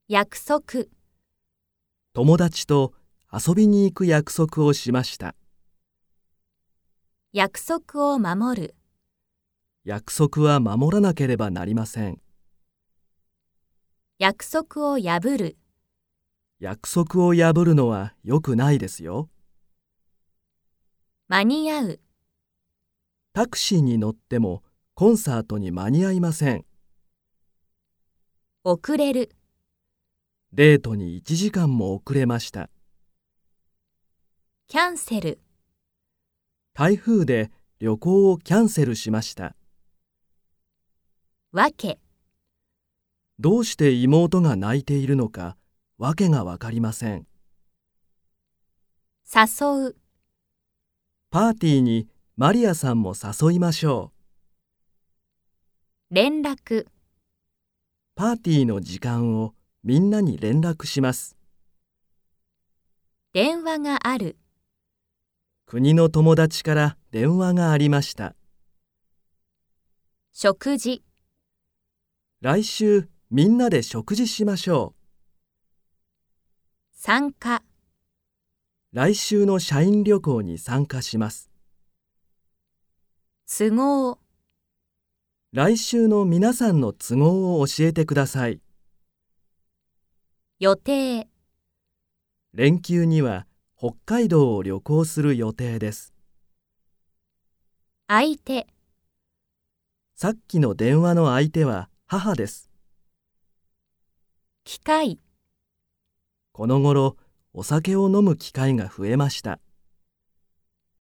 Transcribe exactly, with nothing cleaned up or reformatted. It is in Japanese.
約束、 友達と遊びに行く約束をしました。 約束を守る、 約束は守らなければなりません。 約束を破る、 約束を破るのは良くないですよ。 間に合う、 タクシーに乗ってもコンサートに間に合いません。 遅れる、 デートにいちじかんも遅れました。 キャンセル、 台風で旅行をキャンセルしました。 わけ、 どうして妹が泣いているのか、わけがわかりません。 誘う、 パーティーにマリアさんも誘いましょう。 連絡、 パーティーの時間をみんなに連絡します。 電話がある、 国の友達から電話がありました。 食事、 来週みんなで食事しましょう。 参加、 来週の社員旅行に参加します。 都合、 来週の皆さんの都合を教えてください。 予定、 連休には北海道を旅行する予定です。 相手、 さっきの電話の相手は母です。 機会、 この頃、お酒を飲む機会が増えました。